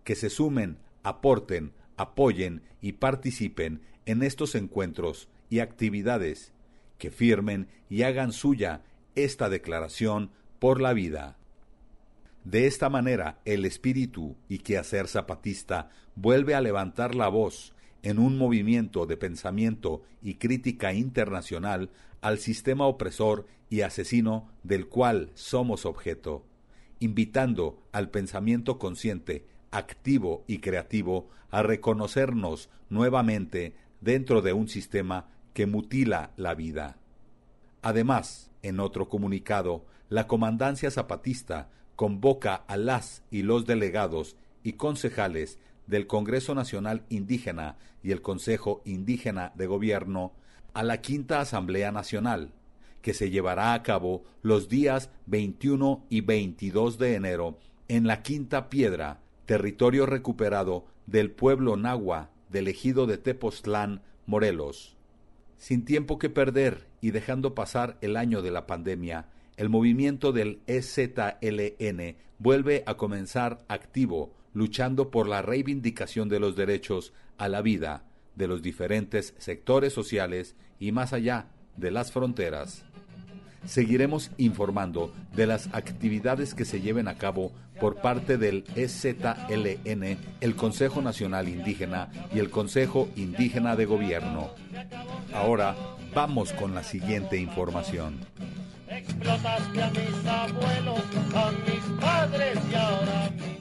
que se sumen, aporten, apoyen y participen en estos encuentros y actividades, que firmen y hagan suya esta declaración por la vida. De esta manera, el espíritu y quehacer zapatista vuelve a levantar la voz en un movimiento de pensamiento y crítica internacional al sistema opresor y asesino del cual somos objeto, invitando al pensamiento consciente, activo y creativo a reconocernos nuevamente dentro de un sistema que mutila la vida. Además, en otro comunicado, la Comandancia Zapatista convoca a las y los delegados y concejales del Congreso Nacional Indígena y el Consejo Indígena de Gobierno a la Quinta Asamblea Nacional, que se llevará a cabo los días veintiuno y veintidós de enero en la Quinta Piedra, territorio recuperado del pueblo nahua del ejido de Tepoztlán, Morelos. Sin tiempo que perder y dejando pasar el año de la pandemia, el movimiento del E Z L N vuelve a comenzar activo, luchando por la reivindicación de los derechos a la vida de los diferentes sectores sociales y más allá de las fronteras. Seguiremos informando de las actividades que se lleven a cabo por parte del E Z L N, el Consejo Nacional Indígena y el Consejo Indígena de Gobierno. Ahora vamos con la siguiente información. Explotaste a mis abuelos, a mis padres y ahora a mí.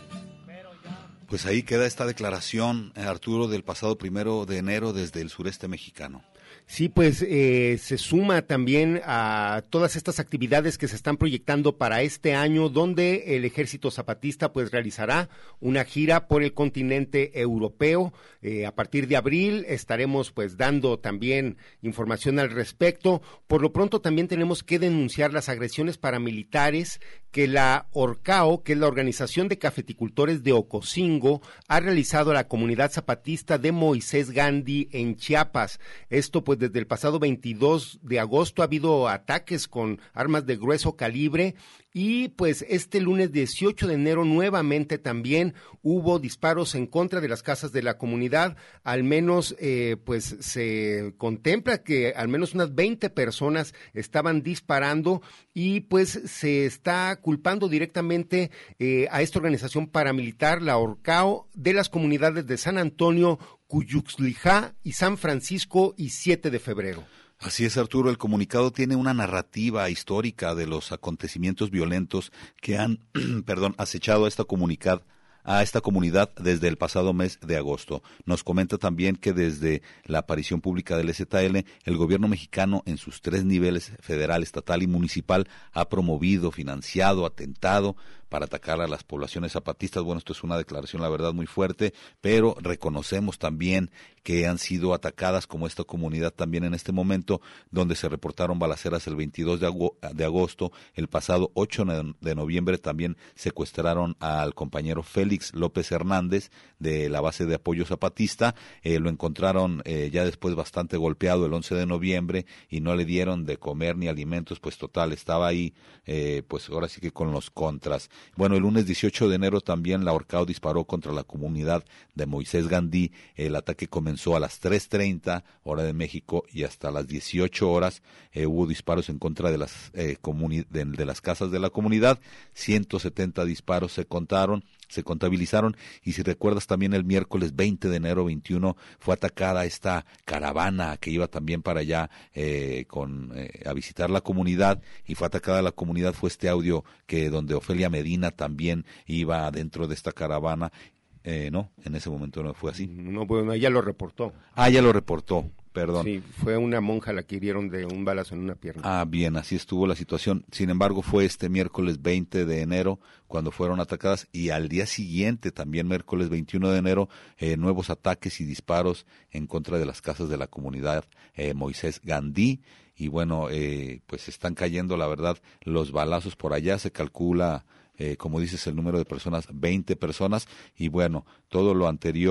Pues ahí queda esta declaración, Arturo, del pasado primero de enero desde el sureste mexicano. Sí, pues eh, se suma también a todas estas actividades que se están proyectando para este año, donde el Ejército Zapatista pues realizará una gira por el continente europeo. Eh, a partir de abril estaremos pues dando también información al respecto. Por lo pronto también tenemos que denunciar las agresiones paramilitares que la ORCAO, que es la Organización de Cafeticultores de Ocosingo, ha realizado a la comunidad zapatista de Moisés Gandhi en Chiapas. Esto pues desde el pasado veintidós de agosto ha habido ataques con armas de grueso calibre y pues este lunes dieciocho de enero nuevamente también hubo disparos en contra de las casas de la comunidad. Al menos eh, pues se contempla que al menos unas veinte personas estaban disparando y pues se está culpando directamente eh, a esta organización paramilitar, la ORCAO, de las comunidades de San Antonio, Cuyuxtlijá y San Francisco y siete de febrero. Así es, Arturo, el comunicado tiene una narrativa histórica de los acontecimientos violentos que han, perdón, acechado a esta comunidad, a esta comunidad desde el pasado mes de agosto. Nos comenta también que desde la aparición pública del E Z L, el gobierno mexicano en sus tres niveles, federal, estatal y municipal, ha promovido, financiado, atentado para atacar a las poblaciones zapatistas. Bueno, esto es una declaración, la verdad, muy fuerte, pero reconocemos también que han sido atacadas como esta comunidad también en este momento, donde se reportaron balaceras el veintidós de agosto, el pasado ocho de noviembre también secuestraron al compañero Félix López Hernández de la base de apoyo zapatista, eh, lo encontraron eh, ya después bastante golpeado el once de noviembre y no le dieron de comer ni alimentos, pues total, estaba ahí, eh, pues ahora sí que con los contras. Bueno, el lunes dieciocho de enero también la ORCAO disparó contra la comunidad de Moisés Gandhi. El ataque comenzó a las tres treinta, hora de México, y hasta las dieciocho horas eh, hubo disparos en contra de las, eh, comuni- de, de las casas de la comunidad. ciento setenta disparos se contaron, se contabilizaron, y si recuerdas también el miércoles veinte de enero veintiuno fue atacada esta caravana que iba también para allá eh, con, eh, a visitar la comunidad, y fue atacada la comunidad. Fue este audio que donde Ofelia Medina también iba dentro de esta caravana. Eh, no, en ese momento no fue así. No, bueno, ella lo reportó. Ah, ella lo reportó. Perdón. Sí, fue una monja la que hirieron de un balazo en una pierna. Ah, bien, así estuvo la situación. Sin embargo, fue este miércoles veinte de enero cuando fueron atacadas, y al día siguiente, también miércoles veintiuno de enero, eh, nuevos ataques y disparos en contra de las casas de la comunidad eh, Moisés Gandhi. Y bueno, eh, pues están cayendo, la verdad, los balazos por allá. Se calcula, eh, como dices, el número de personas, veinte personas, y bueno, todo lo anterior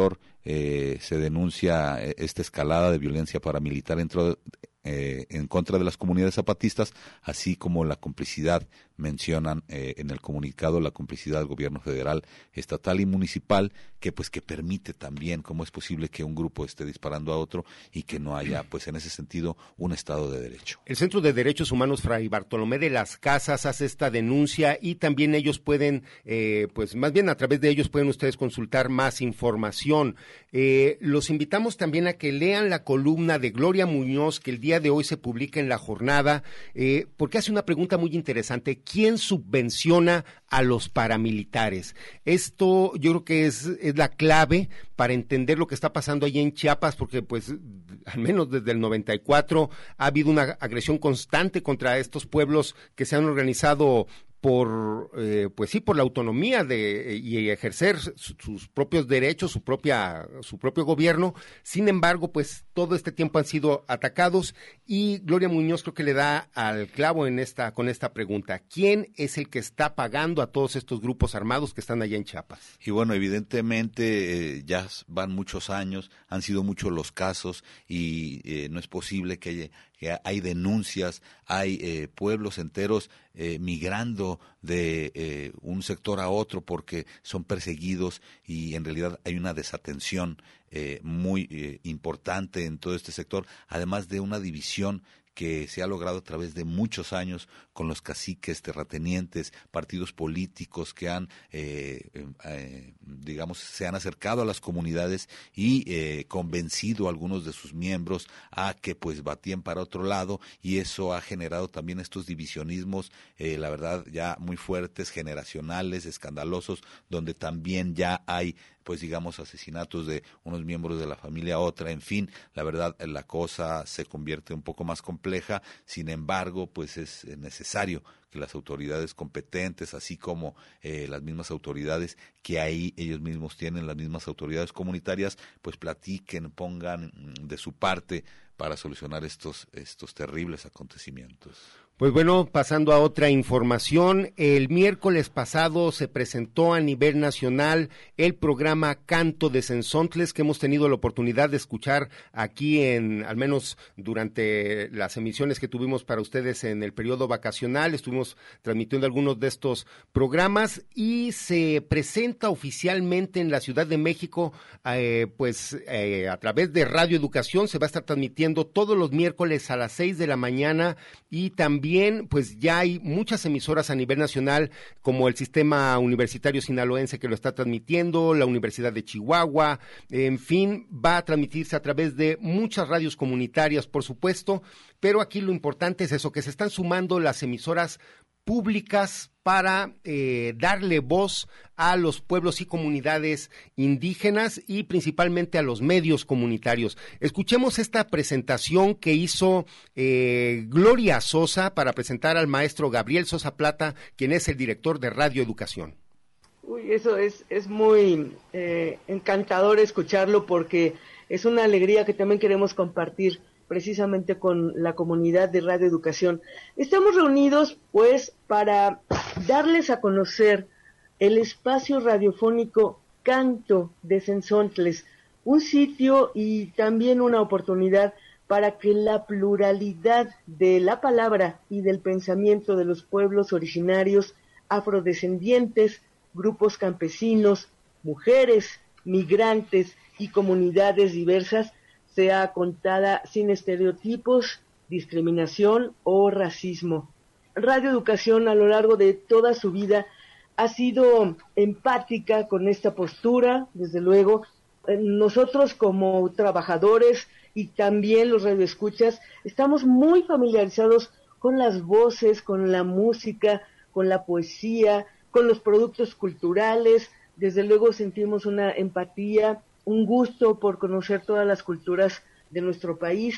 eh, se denuncia esta escalada de violencia paramilitar dentro Eh, en contra de las comunidades zapatistas, así como la complicidad, mencionan eh, en el comunicado, la complicidad del gobierno federal, estatal y municipal, que pues que permite también cómo es posible que un grupo esté disparando a otro y que no haya, pues en ese sentido, un Estado de Derecho. El Centro de Derechos Humanos Fray Bartolomé de las Casas hace esta denuncia y también ellos pueden, eh, pues más bien a través de ellos pueden ustedes consultar más información. Eh, los invitamos también a que lean la columna de Gloria Muñoz, que el día de hoy se publica en La Jornada, eh, porque hace una pregunta muy interesante: ¿quién subvenciona a los paramilitares? Esto yo creo que es, es la clave para entender lo que está pasando allí en Chiapas, porque pues al menos desde el noventa y cuatro ha habido una agresión constante contra estos pueblos que se han organizado por, eh, pues sí, por la autonomía de y ejercer su, sus propios derechos, su propia, su propio gobierno. Sin embargo, pues todo este tiempo han sido atacados y Gloria Muñoz creo que le da al clavo en esta, con esta pregunta: ¿quién es el que está pagando a todos estos grupos armados que están allá en Chiapas? Y bueno, evidentemente eh, ya van muchos años, han sido muchos los casos y eh, no es posible que haya, que hay denuncias, hay eh, pueblos enteros eh, migrando de eh, un sector a otro porque son perseguidos y en realidad hay una desatención eh, muy eh, importante en todo este sector, además de una división que se ha logrado a través de muchos años con los caciques, terratenientes, partidos políticos que han, eh, eh, digamos, se han acercado a las comunidades y eh, convencido a algunos de sus miembros a que pues batían para otro lado, y eso ha generado también estos divisionismos, eh, la verdad, ya muy fuertes, generacionales, escandalosos, donde también ya hay pues digamos asesinatos de unos miembros de la familia a otra, en fin, la verdad la cosa se convierte un poco más compleja. Sin embargo, pues es necesario que las autoridades competentes, así como eh, las mismas autoridades que ahí ellos mismos tienen, las mismas autoridades comunitarias, pues platiquen, pongan de su parte para solucionar estos, estos terribles acontecimientos. Pues bueno, pasando a otra información, el miércoles pasado se presentó a nivel nacional el programa Canto de Cenzontles, que hemos tenido la oportunidad de escuchar aquí en, al menos durante las emisiones que tuvimos para ustedes en el periodo vacacional, estuvimos transmitiendo algunos de estos programas y se presenta oficialmente en la Ciudad de México, eh, pues eh, a través de Radio Educación, se va a estar transmitiendo todos los miércoles a las seis de la mañana y también Bien, pues ya hay muchas emisoras a nivel nacional, como el Sistema Universitario Sinaloense que lo está transmitiendo, la Universidad de Chihuahua, en fin, va a transmitirse a través de muchas radios comunitarias, por supuesto, pero aquí lo importante es eso, que se están sumando las emisoras públicas para eh, darle voz a los pueblos y comunidades indígenas y principalmente a los medios comunitarios. Escuchemos esta presentación que hizo eh, Gloria Sosa para presentar al maestro Gabriel Sosa Plata, quien es el director de Radio Educación. Uy, eso es, es muy eh, encantador escucharlo porque es una alegría que también queremos compartir precisamente con la comunidad de Radio Educación. Estamos reunidos pues para darles a conocer el espacio radiofónico Canto de Cenzontles, un sitio y también una oportunidad para que la pluralidad de la palabra y del pensamiento de los pueblos originarios, afrodescendientes, grupos campesinos, mujeres, migrantes y comunidades diversas sea contada sin estereotipos, discriminación o racismo. Radio Educación a lo largo de toda su vida ha sido empática con esta postura, desde luego. Nosotros como trabajadores y también los radioescuchas estamos muy familiarizados con las voces, con la música, con la poesía, con los productos culturales. Desde luego sentimos una empatía, un gusto por conocer todas las culturas de nuestro país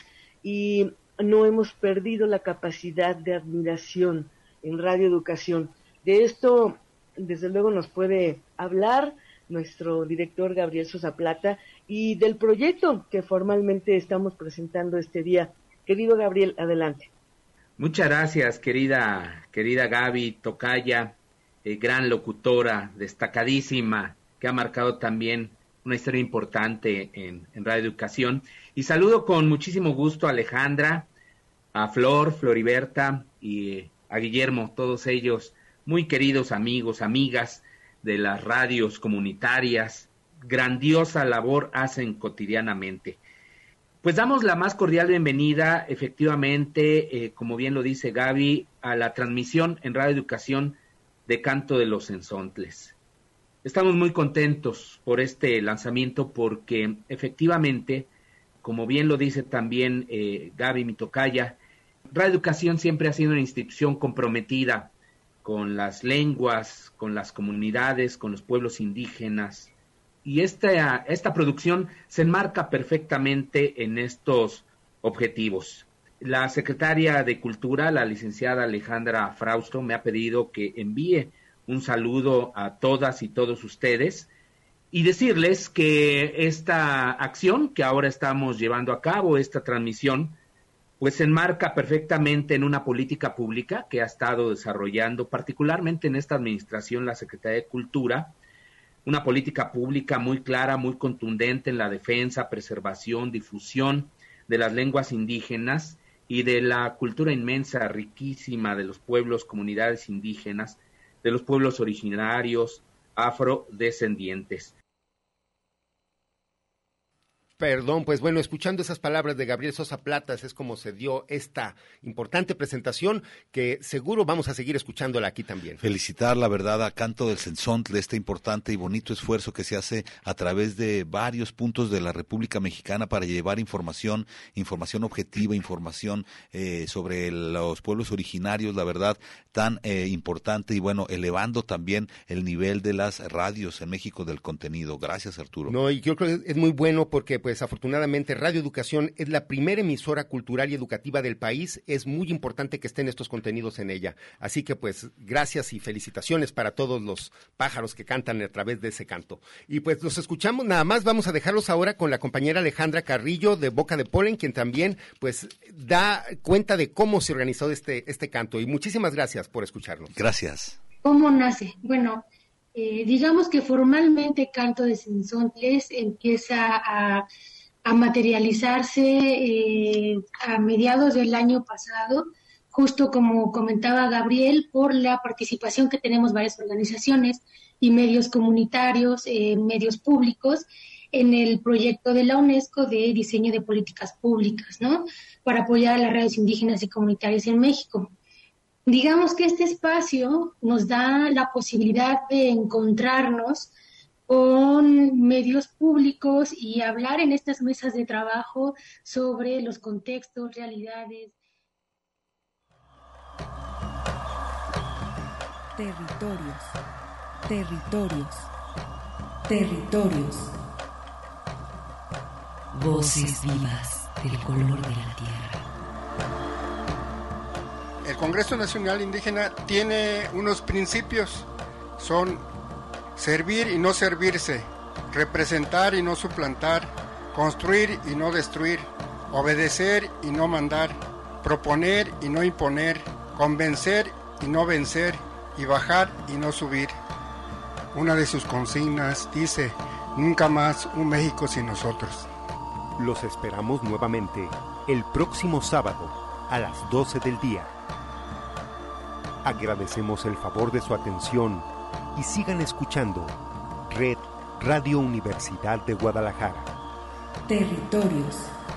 y no hemos perdido la capacidad de admiración en Radio Educación. De esto, desde luego, nos puede hablar nuestro director Gabriel Sosa Plata y del proyecto que formalmente estamos presentando este día. Querido Gabriel, adelante. Muchas gracias, querida, querida Gaby Tocaya, eh, gran locutora, destacadísima, que ha marcado también una historia importante en, en Radio Educación. Y saludo con muchísimo gusto a Alejandra, a Flor, Floriberta y a Guillermo, todos ellos muy queridos amigos, amigas de las radios comunitarias. Grandiosa labor hacen cotidianamente. Pues damos la más cordial bienvenida, efectivamente, eh, como bien lo dice Gaby, a la transmisión en Radio Educación de Canto de los Zenzontles. Estamos muy contentos por este lanzamiento porque efectivamente, como bien lo dice también eh, Gaby, mi tocaya, Radio Educación siempre ha sido una institución comprometida con las lenguas, con las comunidades, con los pueblos indígenas. Y esta, esta producción se enmarca perfectamente en estos objetivos. La secretaria de Cultura, la licenciada Alejandra Frausto, me ha pedido que envíe un saludo a todas y todos ustedes y decirles que esta acción que ahora estamos llevando a cabo, esta transmisión, pues se enmarca perfectamente en una política pública que ha estado desarrollando, particularmente en esta administración, la Secretaría de Cultura, una política pública muy clara, muy contundente en la defensa, preservación, difusión de las lenguas indígenas y de la cultura inmensa, riquísima de los pueblos, comunidades indígenas, de los pueblos originarios, afrodescendientes. Perdón, pues bueno, escuchando esas palabras de Gabriel Sosa Platas es como se dio esta importante presentación que seguro vamos a seguir escuchándola aquí también. Felicitar, la verdad, a Canto del Zenzontle, este importante y bonito esfuerzo que se hace a través de varios puntos de la República Mexicana para llevar información, información objetiva, información eh, sobre los pueblos originarios, la verdad, tan eh, importante y bueno, elevando también el nivel de las radios en México del contenido. Gracias, Arturo. No, y yo creo que es muy bueno porque pues afortunadamente Radio Educación es la primera emisora cultural y educativa del país, es muy importante que estén estos contenidos en ella, así que pues gracias y felicitaciones para todos los pájaros que cantan a través de ese canto. Y pues los escuchamos, nada más vamos a dejarlos ahora con la compañera Alejandra Carrillo de Boca de Polen, quien también pues da cuenta de cómo se organizó este, este canto, y muchísimas gracias por escucharnos. Gracias. ¿Cómo nace? Bueno, Eh, digamos que formalmente Canto de Zenzontles empieza a, a materializarse eh, a mediados del año pasado, justo como comentaba Gabriel, por la participación que tenemos varias organizaciones y medios comunitarios, eh, medios públicos, en el proyecto de la UNESCO de diseño de políticas públicas, ¿no?, para apoyar a las radios indígenas y comunitarias en México. Digamos que este espacio nos da la posibilidad de encontrarnos con medios públicos y hablar en estas mesas de trabajo sobre los contextos, realidades. Territorios, territorios, territorios. Voces vivas del color de la tierra. El Congreso Nacional Indígena tiene unos principios, son servir y no servirse, representar y no suplantar, construir y no destruir, obedecer y no mandar, proponer y no imponer, convencer y no vencer, y bajar y no subir. Una de sus consignas dice, nunca más un México sin nosotros. Los esperamos nuevamente el próximo sábado a las doce del día. Agradecemos el favor de su atención y sigan escuchando Red Radio Universidad de Guadalajara. Territorios,